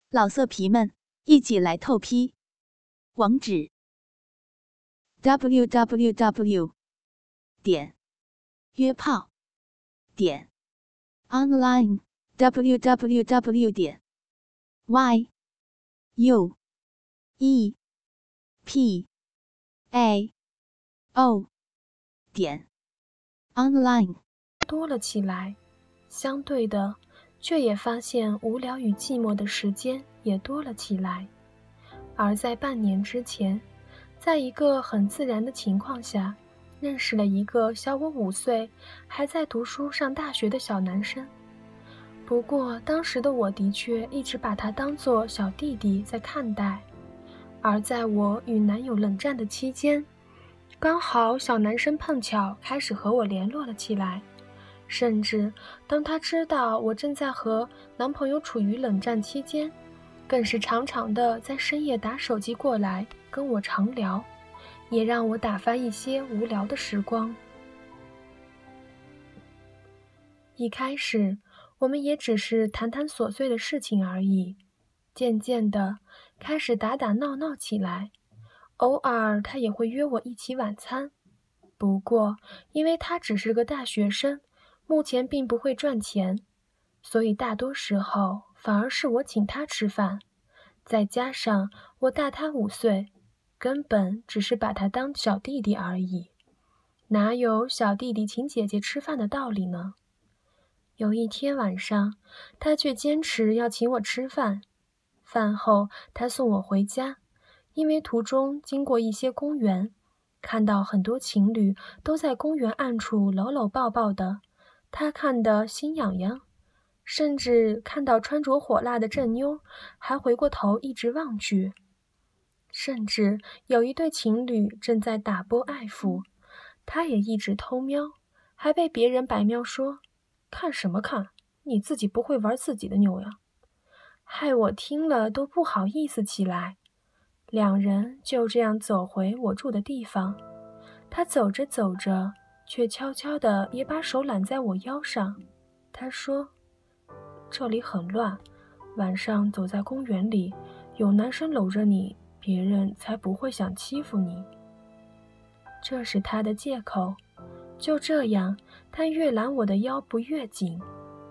老色皮们，一起来透批！网址 www.约炮online www.yuepao.online 多了起来，相对的，却也发现无聊与寂寞的时间也多了起来。而在半年之前，在一个很自然的情况下，认识了一个小我5岁，还在读书上大学的小男生。不过当时的我的确一直把他当作小弟弟在看待。而在我与男友冷战的期间，刚好小男生碰巧开始和我联络了起来。甚至当他知道我正在和男朋友处于冷战期间，更是常常的在深夜打手机过来跟我长聊，也让我打发一些无聊的时光。一开始我们也只是谈谈琐碎的事情而已，渐渐的开始打打闹闹起来，偶尔他也会约我一起晚餐。不过因为他只是个大学生，目前并不会赚钱，所以大多时候反而是我请他吃饭。再加上我大他5岁，根本只是把他当小弟弟而已，哪有小弟弟请姐姐吃饭的道理呢？有一天晚上，他却坚持要请我吃饭。饭后他送我回家，因为途中经过一些公园，看到很多情侣都在公园暗处搂搂抱抱的，他看得心痒痒，甚至看到穿着火辣的正妞还回过头一直望去。甚至有一对情侣正在打啵爱抚，他也一直偷瞄，还被别人白描说，看什么看，你自己不会玩自己的妞呀，害我听了都不好意思起来。两人就这样走回我住的地方，他走着走着，却悄悄地也把手揽在我腰上。他说，这里很乱，晚上走在公园里，有男生搂着你，别人才不会想欺负你。这是他的借口。就这样，他越揽我的腰不越紧，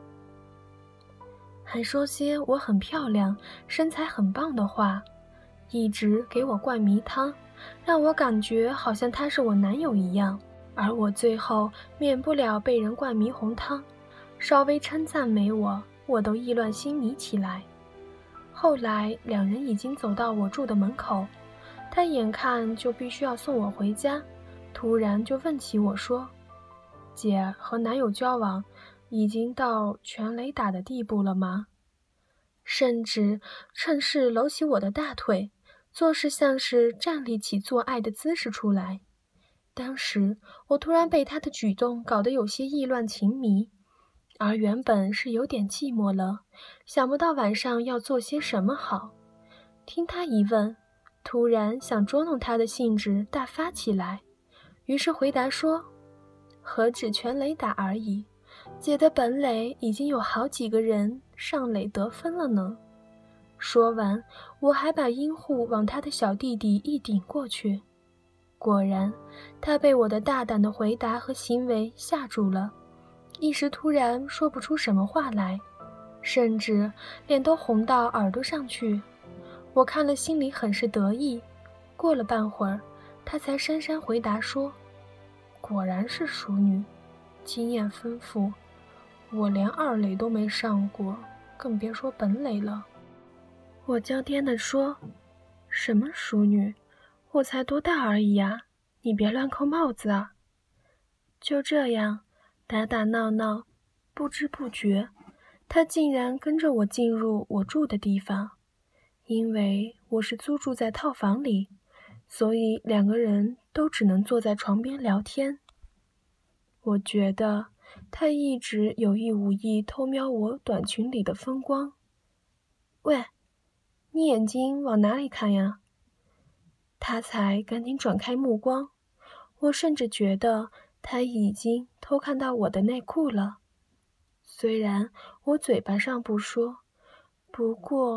还说些我很漂亮，身材很棒的话，一直给我灌迷汤，让我感觉好像他是我男友一样。而我最后免不了被人灌迷红汤，稍微称赞美我都意乱心迷起来。后来两人已经走到我住的门口，他眼看就必须要送我回家，突然就问起我说，姐和男友交往已经到全雷打的地步了吗？甚至趁势搂起我的大腿，做事像是站立起做爱的姿势出来。当时我突然被他的举动搞得有些意乱情迷，而原本是有点寂寞了，想不到晚上要做些什么好。听他一问，突然想捉弄他的兴致大发起来，于是回答说，何止全垒打而已，姐的本垒已经有好几个人上垒得分了呢。说完，我还把阴户往他的小弟弟一顶过去。果然，他被我的大胆的回答和行为吓住了，一时突然说不出什么话来，甚至脸都红到耳朵上去。我看了心里很是得意。过了半会儿，他才讪讪回答说，果然是淑女，经验丰富，我连2垒都没上过，更别说本垒了。我娇颠地说，什么淑女，我才多大而已啊，你别乱扣帽子啊。就这样打打闹闹，不知不觉他竟然跟着我进入我住的地方。因为我是租住在套房里，所以2个人都只能坐在床边聊天。我觉得他一直有意无意偷瞄我短裙里的风光。喂，你眼睛往哪里看呀？他才赶紧转开目光，我甚至觉得他已经偷看到我的内裤了。虽然我嘴巴上不说，不过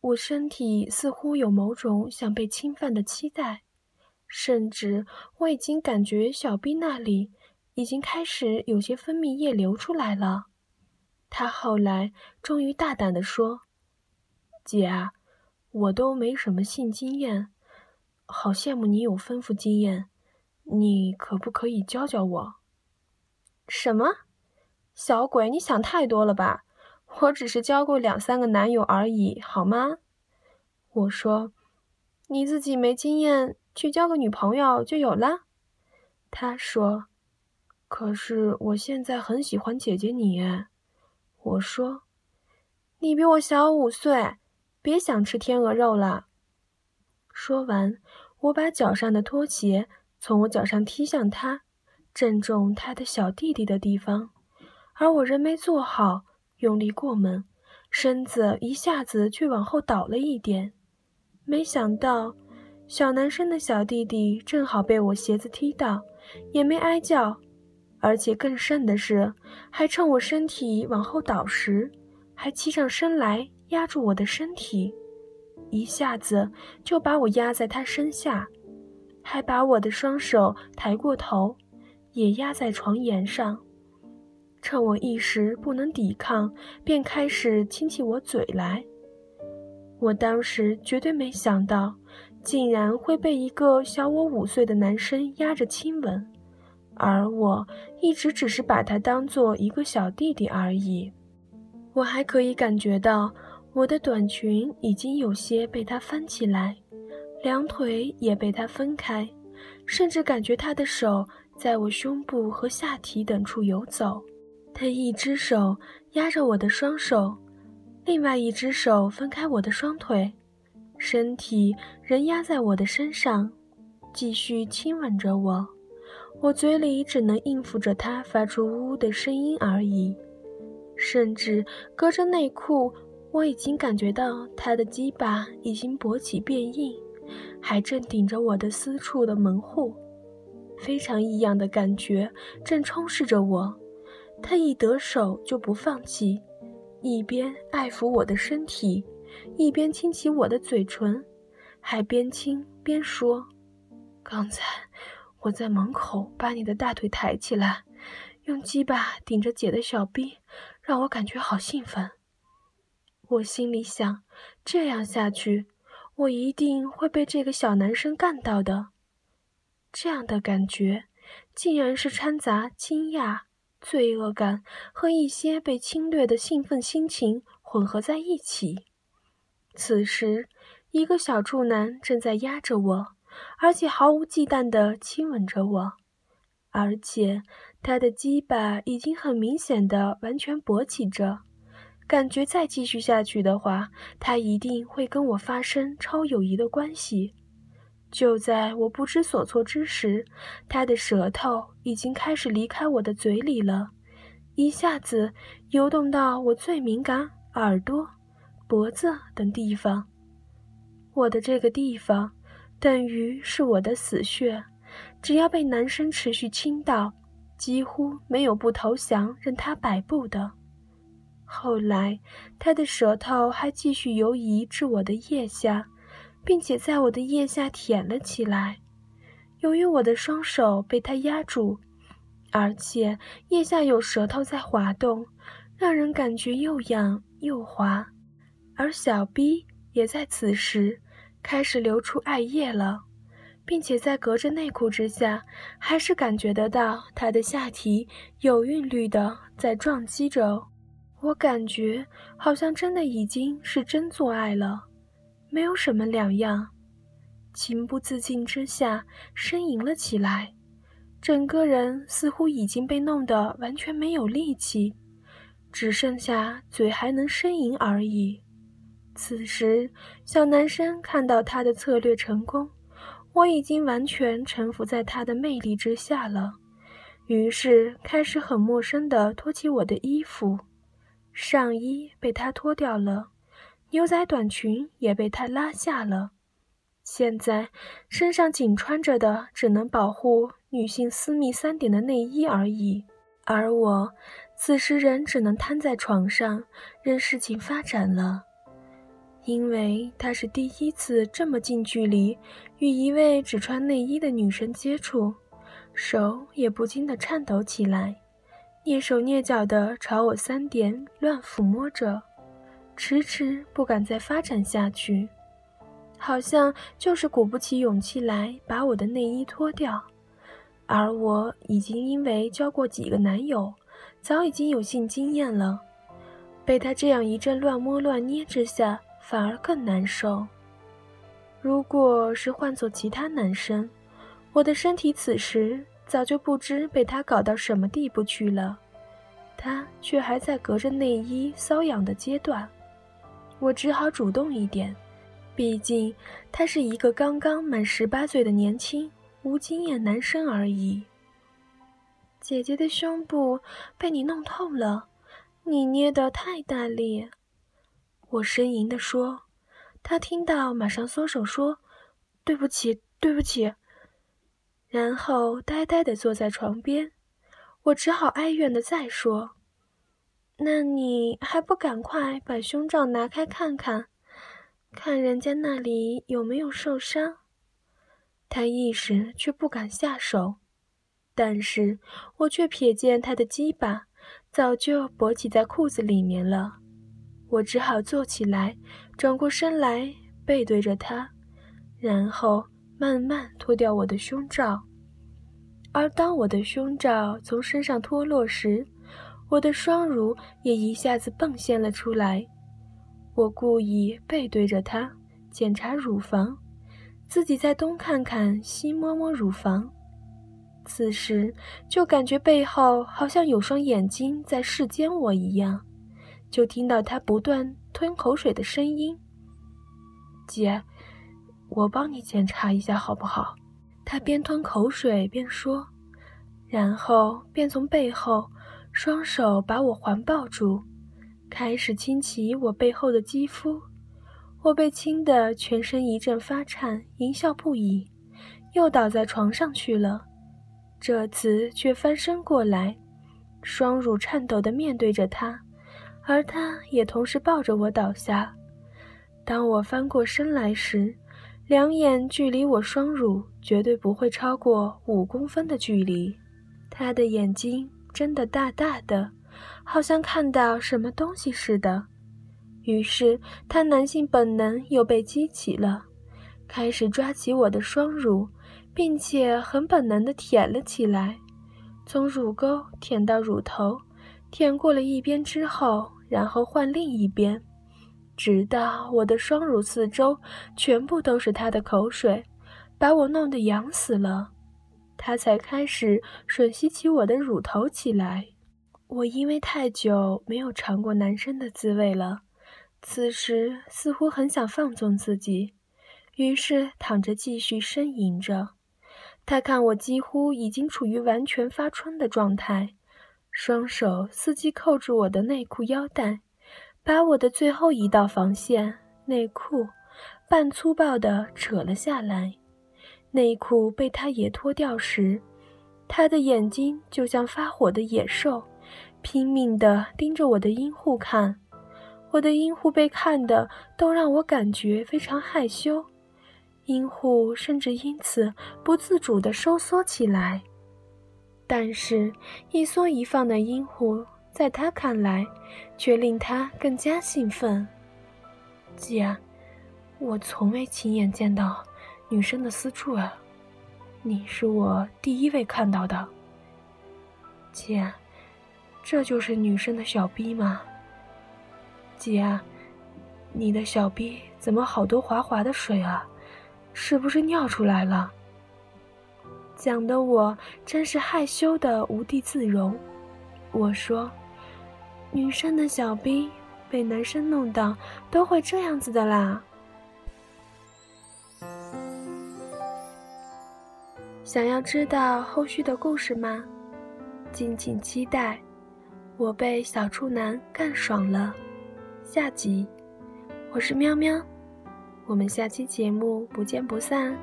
我身体似乎有某种想被侵犯的期待，甚至我已经感觉小臂那里已经开始有些分泌液流出来了。他后来终于大胆地说：“姐啊，我都没什么性经验，好羡慕你有丰富经验，你可不可以教教我？”什么？小鬼，你想太多了吧？我只是交过2、3个男友而已，好吗？我说，你自己没经验，去交个女朋友就有了。他说，可是我现在很喜欢姐姐你耶。我说，你比我小5岁，别想吃天鹅肉了。说完，我把脚上的拖鞋从我脚上踢向他，正中他的小弟弟的地方，而我仍没坐好，用力过猛，身子一下子却往后倒了一点。没想到，小男生的小弟弟正好被我鞋子踢到，也没哀叫，而且更甚的是，还趁我身体往后倒时，还骑上身来压住我的身体，一下子就把我压在他身下，还把我的双手抬过头，也压在床沿上。趁我一时不能抵抗，便开始亲起我嘴来。我当时绝对没想到，竟然会被一个小我5岁的男生压着亲吻，而我一直只是把他当作一个小弟弟而已。我还可以感觉到我的短裙已经有些被他翻起来，两腿也被他分开，甚至感觉他的手在我胸部和下体等处游走。他一只手压着我的双手，另外一只手分开我的双腿，身体仍压在我的身上，继续亲吻着我。我嘴里只能应付着他发出呜呜的声音而已，甚至隔着内裤，我已经感觉到他的鸡巴已经勃起变硬，还正顶着我的私处的门户。非常异样的感觉正充斥着我，他一得手就不放弃，一边爱抚我的身体，一边亲起我的嘴唇，还边亲边说：“刚才我在门口把你的大腿抬起来，用鸡巴顶着姐的小臂，让我感觉好兴奋。”我心里想，这样下去，我一定会被这个小男生干到的。这样的感觉，竟然是掺杂惊讶、罪恶感和一些被侵略的兴奋心情混合在一起。此时，一个小处男正在压着我，而且毫无忌惮地亲吻着我，而且他的鸡巴已经很明显地完全勃起着，感觉再继续下去的话，他一定会跟我发生超友谊的关系。就在我不知所措之时，他的舌头已经开始离开我的嘴里了，一下子游动到我最敏感耳朵、脖子等地方。我的这个地方等于是我的死穴，只要被男生持续亲到，几乎没有不投降任他摆布的。后来他的舌头还继续游移至我的腋下，并且在我的腋下舔了起来。由于我的双手被他压住，而且腋下有舌头在滑动，让人感觉又痒又滑，而小逼也在此时开始流出艾叶了，并且在隔着内裤之下，还是感觉得到他的下体有韵律的在撞击着。我感觉好像真的已经是真做爱了，没有什么两样。情不自禁之下呻吟了起来，整个人似乎已经被弄得完全没有力气，只剩下嘴还能呻吟而已。此时小男生看到他的策略成功，我已经完全臣服在他的魅力之下了，于是开始很陌生地脱起我的衣服。上衣被他脱掉了，牛仔短裙也被他拉下了，现在身上仅穿着的只能保护女性私密3点的内衣而已，而我此时仍只能瘫在床上，任事情发展了。 因为他是第一次这么近距离与一位只穿内衣的女生接触，手也不禁地颤抖起来，蹑手蹑脚地朝我3点乱抚摸着，迟迟不敢再发展下去，好像就是鼓不起勇气来把我的内衣脱掉。而我已经因为交过几个男友，早已经有性经验了，被他这样一阵乱摸乱捏之下，反而更难受。如果是换做其他男生，我的身体此时早就不知被他搞到什么地步去了，他却还在隔着内衣瘙痒的阶段。我只好主动一点，毕竟他是一个刚刚满18岁的年轻无经验男生而已。姐姐的胸部被你弄痛了，你捏得太大力。我呻吟地说，他听到马上缩手说，对不起，对不起。然后呆呆地坐在床边，我只好哀怨地再说，那你还不赶快把胸罩拿开看看，看人家那里有没有受伤。他一时却不敢下手，但是我却瞥见他的鸡巴早就勃起在裤子里面了。我只好坐起来，转过身来背对着他，然后慢慢脱掉我的胸罩。而当我的胸罩从身上脱落时，我的双乳也一下子迸现了出来。我故意背对着他检查乳房，自己再东看看西摸摸乳房，此时就感觉背后好像有双眼睛在视奸我一样，就听到他不断吞口水的声音，姐，我帮你检查一下好不好？他边吞口水边说，然后便从背后双手把我环抱住，开始亲起我背后的肌肤。我被亲得全身一阵发颤，淫笑不已，又倒在床上去了。这次却翻身过来，双乳颤抖地面对着他，而他也同时抱着我倒下。当我翻过身来时，两眼距离我双乳绝对不会超过5公分的距离。他的眼睛睁得大大的，好像看到什么东西似的。于是他男性本能又被激起了，开始抓起我的双乳，并且很本能地舔了起来，从乳沟舔到乳头，舔过了一边之后，然后换另一边，直到我的双乳四周全部都是他的口水，把我弄得痒死了，他才开始吮吸起我的乳头起来。我因为太久没有尝过男生的滋味了，此时似乎很想放纵自己，于是躺着继续呻吟着。他看我几乎已经处于完全发春的状态，双手伺机扣住我的内裤腰带，把我的最后一道防线内裤半粗暴地扯了下来。内裤被他也脱掉时，他的眼睛就像发火的野兽，拼命地盯着我的阴户看。我的阴户被看的都让我感觉非常害羞，阴户甚至因此不自主地收缩起来。但是一缩一放的阴户在他看来却令他更加兴奋。姐，我从未亲眼见到女生的私处啊，你是我第一位看到的。姐，这就是女生的小逼吗？姐，你的小逼怎么好多滑滑的水啊？是不是尿出来了？讲得我真是害羞得无地自容。我说，女生的小逼被男生弄到都会这样子的啦。想要知道后续的故事吗？敬请期待。我被小处男干爽了，下集。我是喵喵，我们下期节目不见不散。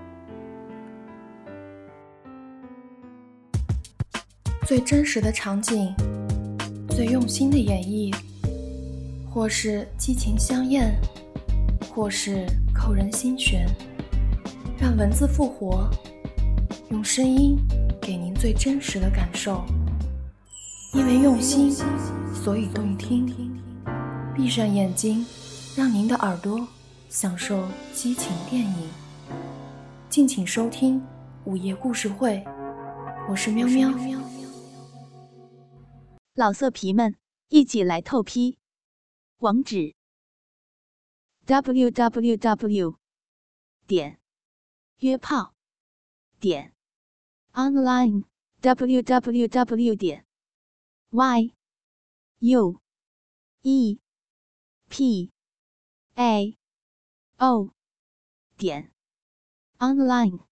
最真实的场景，最用心的演绎，或是激情相艳， 或是扣人心弦，让文字复活，用声音给您最真实的感受。因为用心，所以动听。闭上眼睛，让您的耳朵享受激情电影。敬请收听午夜故事会，我是喵喵。 老色皮们，一起来透批！网址 www.约炮.online www.yuepao.online